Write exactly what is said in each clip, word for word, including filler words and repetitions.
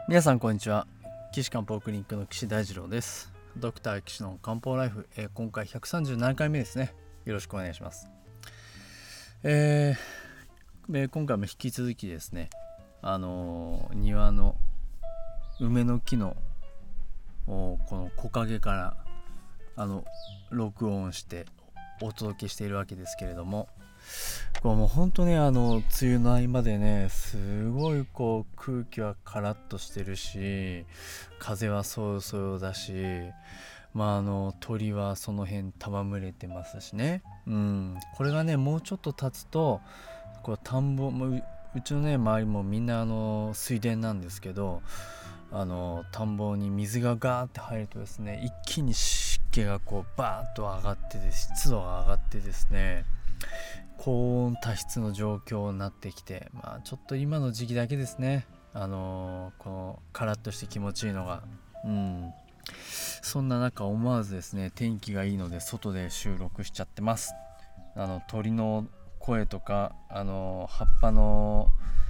皆さんこんにちは。岸漢方クリニックの岸大二郎です。ドクター岸の漢方ライフ、えー、今回ひゃくさんじゅうななかいめですね。よろしくお願いします。えーえー、今回も引き続きですね、あのー、庭の梅の木のこの木陰からあの録音してお届けしているわけですけれども、こうもう本当ね、あの梅雨の合間でね、すごいこう空気はカラッとしてるし、風はそよそよだし、まああの鳥はその辺戯れてますしね。うん、これがねもうちょっと経つと、こう田んぼも う, うちのね周りもみんなあの水田なんですけど、あの田んぼに水がガーって入るとですね、一気に湿気がこうバーッと上がってで湿度が上がってですね、高温多湿の状況になってきて、まあちょっと今の時期だけですね、あのー、このカラッとして気持ちいいのが、うん、そんな中思わずですね、天気がいいので外で収録しちゃってます。あの鳥の声とか、あの葉っぱの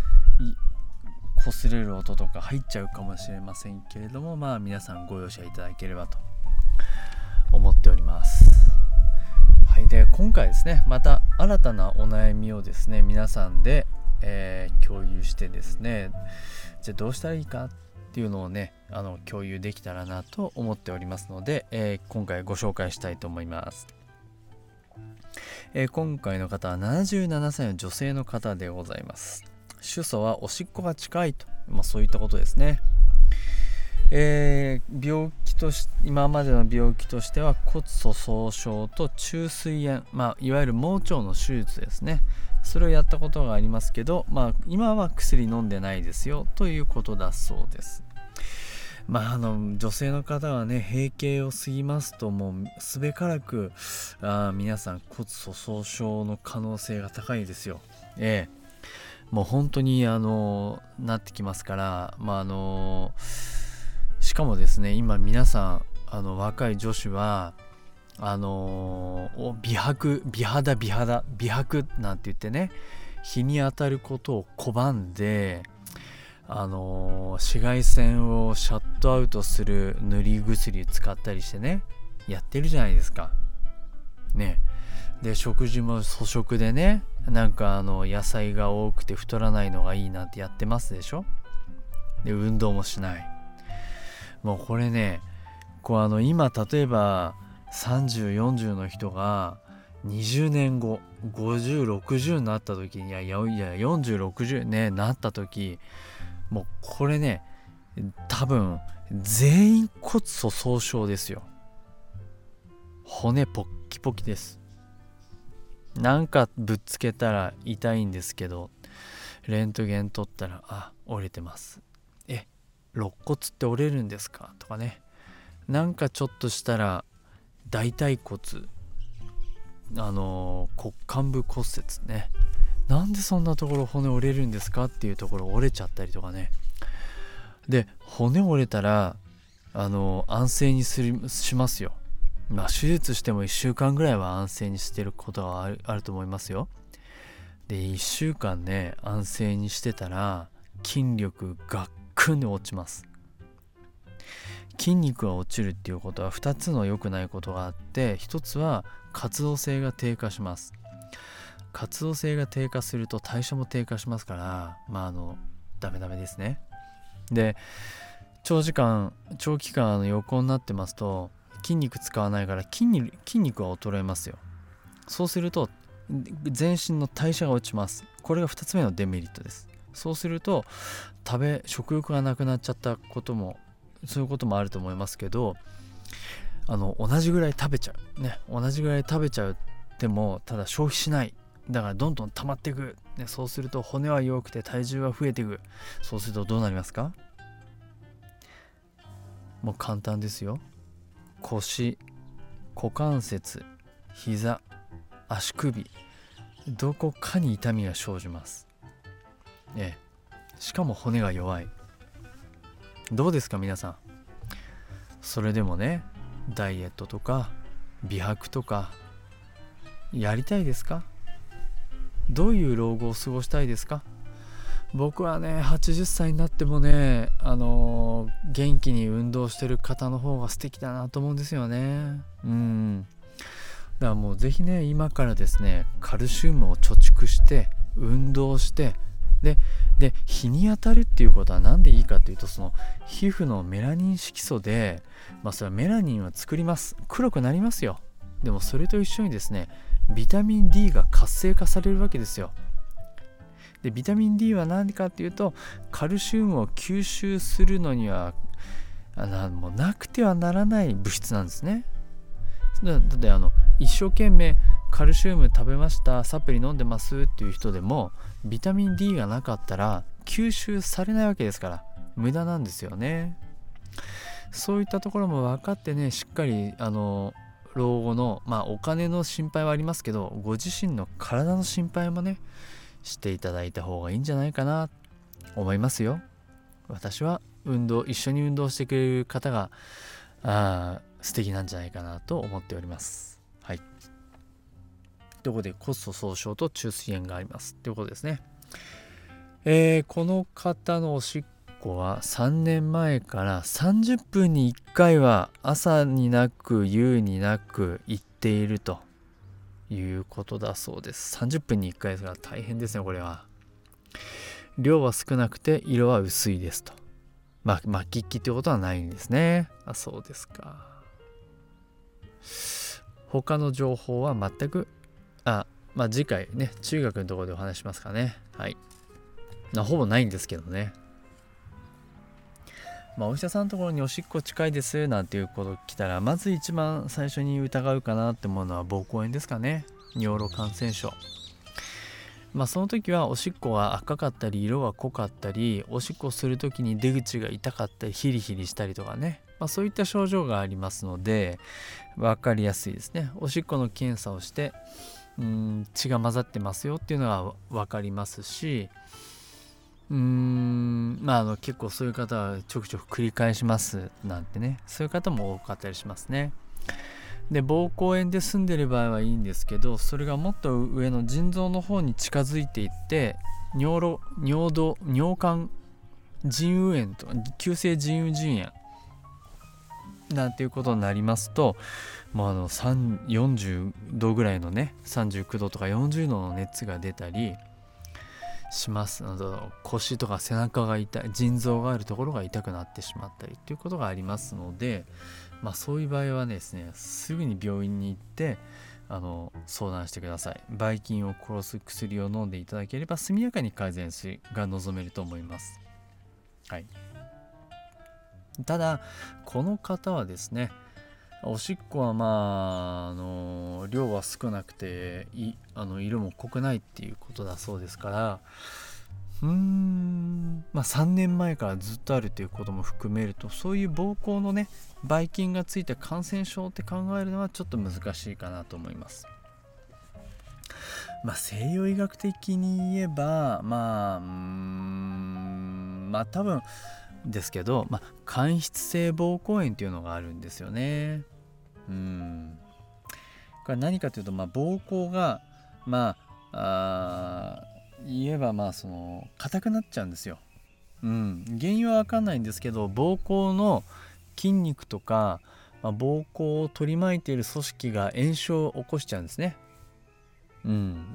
擦れる音とか入っちゃうかもしれませんけれども、まあ皆さんご容赦いただければと思っております。はい、で今回ですね、また新たなお悩みをですね皆さんで、えー、共有してですね、じゃあどうしたらいいかっていうのをね、あの共有できたらなと思っておりますので、えー、今回ご紹介したいと思います。えー、今回の方はななじゅうななさいの女性の方でございます。主訴はおしっこが近いと、まあ、そういったことですね。えー、病気とし今までの病気としては骨粗鬆症と虫垂炎、まあ、いわゆる盲腸の手術ですね。それをやったことがありますけど、まあ、今は薬飲んでないですよということだそうです。まあ、あの女性の方はね、閉経を過ぎますともうすべからくあ皆さん骨粗鬆症の可能性が高いですよ。ええもう本当にあのなってきますから、まああのしかもですね、今皆さんあの若い女子はあの美白美肌美肌美白なんて言ってね、日に当たることを拒んで、あの紫外線をシャットアウトする塗り薬使ったりしてね、やってるじゃないですかね。で食事も粗食でね、なんかあの野菜が多くて太らないのがいいなんてやってますでしょ。で運動もしない。もうこれね、こうあの今例えばさんじゅう、よんじゅうの人がにじゅうねんごごじゅう、ろくじゅうになった時に、いやいやよんじゅう、ろくじゅうねなった時、もうこれね多分全員骨粗鬆症ですよ。骨ポッキポキです。なんかぶっつけたら痛いんですけど、レントゲン取ったらあ折れてます。え肋骨って折れるんですかとかね、なんかちょっとしたら大腿骨、あのー、骨幹部骨折ね、なんでそんなところ骨折れるんですかっていうところ折れちゃったりとかね。で骨折れたらあのー、安静にするしますよ。まあ手術してもいっしゅうかんぐらいは安静にしてることはある、あると思いますよ。でいっしゅうかんね安静にしてたら筋力がっくんで落ちます。筋肉が落ちるっていうことはふたつの良くないことがあって、ひとつは活動性が低下します。活動性が低下すると代謝も低下しますから、まああのダメダメですね。で長時間長期間あの横になってますと筋肉使わないから筋肉、筋肉は衰えますよ。そうすると全身の代謝が落ちます。これがふたつめのデメリットです。そうすると食べ食欲がなくなっちゃったことも、そういうこともあると思いますけど、あの同じぐらい食べちゃうね、同じぐらい食べちゃうってもただ消費しない。だからどんどん溜まっていく、ね、そうすると骨は弱くて体重は増えていく。そうするとどうなりますか？もう簡単ですよ。腰、股関節、膝、足首、どこかに痛みが生じます。ええ、しかも骨が弱い。どうですか皆さん。それでもね、ダイエットとか美白とかやりたいですか？どういう老後を過ごしたいですか？ 僕はねはちじゅっさいになってもねあのー、元気に運動してる方の方が素敵だなと思うんですよね。うんだからもうぜひね今からですねカルシウムを貯蓄して運動してでで日に当たるっていうことは何でいいかというと、その皮膚のメラニン色素で、まあそれはメラニンは作ります、黒くなりますよ。でもそれと一緒にですねビタミン ディー が活性化されるわけですよ。でビタミン ディー は何かっていうとカルシウムを吸収するのにはあなもうなくてはならない物質なんですね。だってあの一生懸命カルシウム食べましたサプリ飲んでますっていう人でもビタミン ディー がなかったら吸収されないわけですから無駄なんですよね。そういったところも分かってねしっかりあの老後のまあお金の心配はありますけどご自身の体の心配もねしていただいた方がいいんじゃないかなと思いますよ。私は運動一緒に運動してくれる方があ素敵なんじゃないかなと思っております。はい。ということで骨粗鬆症と虫垂炎がありますということですね。えー、この方のおしっこはさんねんまえからさんじゅっぷんにいっかいは朝になく夕になく行っているということだそうです。さんじゅっぷんにいっかいですから大変ですねこれは。量は少なくて色は薄いですと。まあ末期ってことはないんですね。あそうですか。他の情報は全くあまあ次回ね中学のところでお話しますかね。はいほぼないんですけどね。まあお医者さんのところにおしっこ近いですなんていうこと来たらまず一番最初に疑うかなって思うのは膀胱炎ですかね。尿路感染症。まあその時はおしっこが赤かったり色が濃かったりおしっこする時に出口が痛かったりヒリヒリしたりとかね、まあ、そういった症状がありますので分かりやすいですね。おしっこの検査をしてうーん血が混ざってますよっていうのが分かりますしうーんまあ、あの結構そういう方はちょくちょく繰り返しますなんてねそういう方も多かったりしますね。で膀胱炎で済んでる場合はいいんですけどそれがもっと上の腎臓の方に近づいていって尿路尿道尿管腎盂炎と急性腎盂腎炎なんていうことになりますともうあのよんじゅうどぐらいのねさんじゅうきゅうどとかよんじゅうどの熱が出たりします。あの腰とか背中が痛い腎臓があるところが痛くなってしまったりということがありますので、まあ、そういう場合はですねすぐに病院に行ってあの相談してください。ばい菌を殺す薬を飲んでいただければ速やかに改善が望めると思います。はい。ただこの方はですねおしっこはまあ、あの量は少なくていあの色も濃くないっていうことだそうですからうーんまあさんねんまえからずっとあるということも含めるとそういう膀胱のねばい菌がついた感染症って考えるのはちょっと難しいかなと思います。まあ西洋医学的に言えばまあうーんまあ多分ですけど、まあ、間質性膀胱炎っていうのがあるんですよね。うんこれ何かというと、まあ、膀胱がまあ、あ言えばまあその硬くなっちゃうんですよ。うん、原因は分かんないんですけど膀胱の筋肉とか、まあ、膀胱を取り巻いている組織が炎症を起こしちゃうんですね。うん、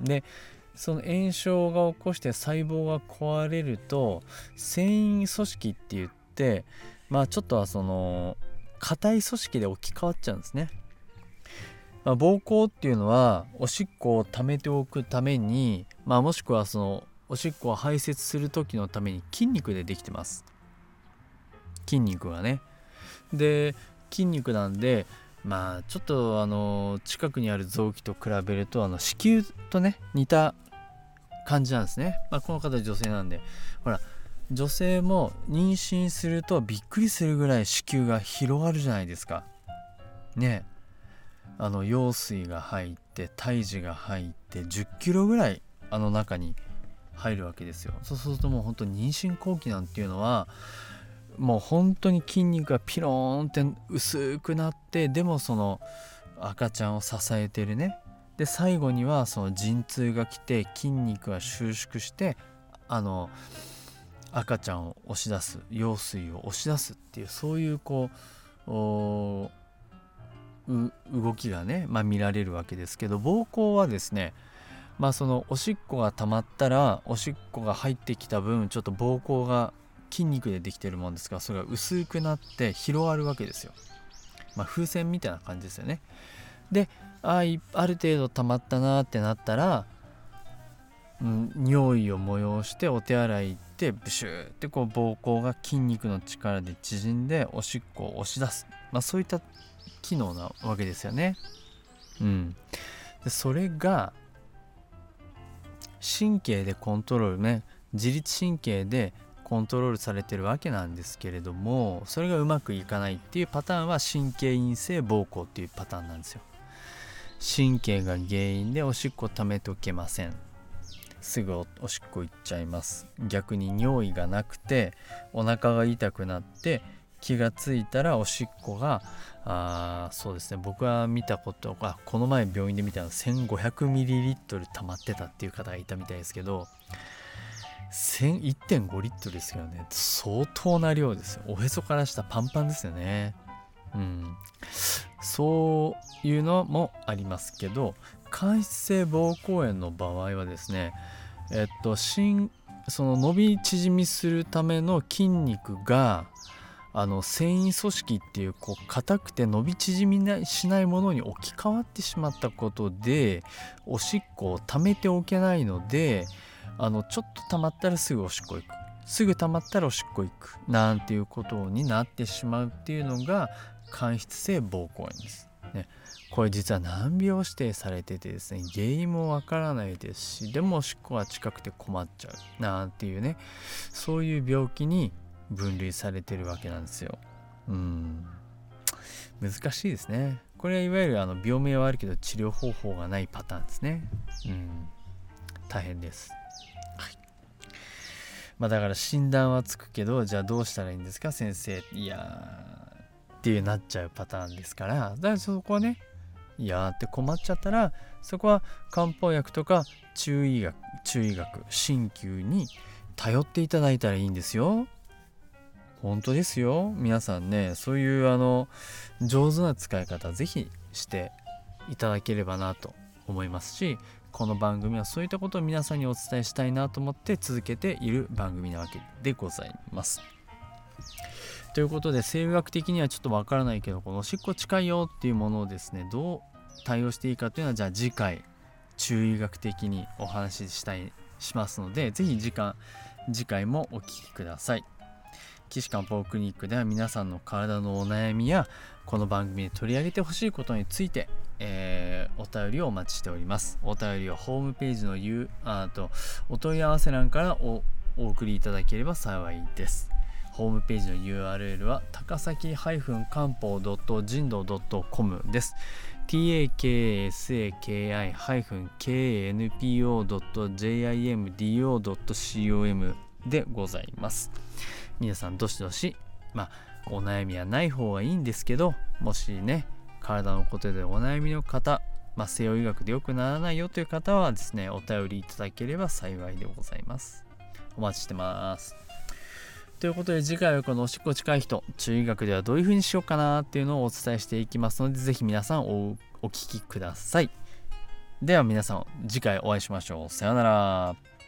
でその炎症が起こして細胞が壊れると繊維組織って言ってまあちょっとはその硬い組織で置き換わっちゃうんですね。まあ、膀胱っていうのはおしっこを溜めておくために、まあ、もしくはそのおしっこを排泄する時のために筋肉でできてます。筋肉がね。で筋肉なんでまあちょっとあの近くにある臓器と比べるとあの子宮とね似た感じなんですね。まあ、この方女性なんでほら女性も妊娠するとびっくりするぐらい子宮が広がるじゃないですかね。あの羊水が入って胎児が入ってじゅっキロぐらいあの中に入るわけですよ。そうするともう本当に妊娠後期なんていうのはもう本当に筋肉がピローンって薄くなってでもその赤ちゃんを支えてるねで最後にはその陣痛が来て筋肉が収縮してあの赤ちゃんを押し出す、羊水を押し出すっていう、そういうこう動きがね、まあ、見られるわけですけど、膀胱はですね、まあそのおしっこが溜まったら、おしっこが入ってきた分ちょっと膀胱が筋肉でできてるもんですから、それが薄くなって広がるわけですよ。まあ、風船みたいな感じですよね。で、あある程度溜まったなってなったら、うん、尿意を催してお手洗い行ってブシューってこう膀胱が筋肉の力で縮んでおしっこを押し出す、まあ、そういった機能なわけですよね。うん、でそれが神経でコントロールね、自律神経でコントロールされてるわけなんですけれども、それがうまくいかないっていうパターンは神経陰性膀胱っていうパターンなんですよ。神経が原因でおしっこ溜めておけません。すぐ お, おしっこ行っちゃいます。逆に尿意がなくてお腹が痛くなって気がついたらおしっこがあそうですね僕は見たことが、この前病院で見たの せんごひゃくミリリットル溜まってたっていう方がいたみたいですけど、いってんごリットルですけどね、相当な量ですよ。おへそから下パンパンですよね。うん、そういうのもありますけど、間質性膀胱炎の場合はですね、えっと心その伸び縮みするための筋肉があの繊維組織っていうこう硬くて伸び縮みなしないものに置き換わってしまったことで、おしっこを溜めておけないので、あのちょっと溜まったらすぐおしっこ行く、すぐ溜まったらおしっこ行くなんていうことになってしまうっていうのが間質性膀胱炎です、ね。これ実は難病指定されててですね、原因もわからないですし、でもおしっこが近くて困っちゃうなんていうね、そういう病気に分類されてるわけなんですよ。うーん難しいですね。これはいわゆるあの病名はあるけど治療方法がないパターンですね。うん大変です。はい。まあだから診断はつくけど、じゃあどうしたらいいんですか先生、いやーっていうなっちゃうパターンですから、だからそこはね、いやーって困っちゃったら、そこは漢方薬とか中医学中医学鍼灸に頼っていただいたらいいんですよ。本当ですよ。皆さんね、そういうあの上手な使い方ぜひしていただければなと思いますし、この番組はそういったことを皆さんにお伝えしたいなと思って続けている番組なわけでございます。ということで、生理学的にはちょっとわからないけど、このおしっこ近いよっていうものをですね、どう対応していいかというのは、じゃあ次回中医学的にお話ししたいしますので、ぜひ次回次回もお聞きください。岸漢方クリニックでは皆さんの体のお悩みやこの番組で取り上げてほしいことについて、えー、お便りをお待ちしております。お便りはホームページの U あとお問い合わせ欄から お, お送りいただければ幸いです。ホームページの ユーアールエル は高崎漢方 ジンド ドットコム です。タカサキ カンポ ドット ジンド ドット コム でございます。皆さんどしどし、まあお悩みはない方がいいんですけど、もしね体のことでお悩みの方、まあ、西洋医学でよくならないよという方はですね、お便りいただければ幸いでございます。お待ちしてます。ということで、次回はこのおしっこ近い人、中医学ではどういう風にしようかなっていうのをお伝えしていきますので、ぜひ皆さん お, お聞きください。では皆さん次回お会いしましょう。さようなら。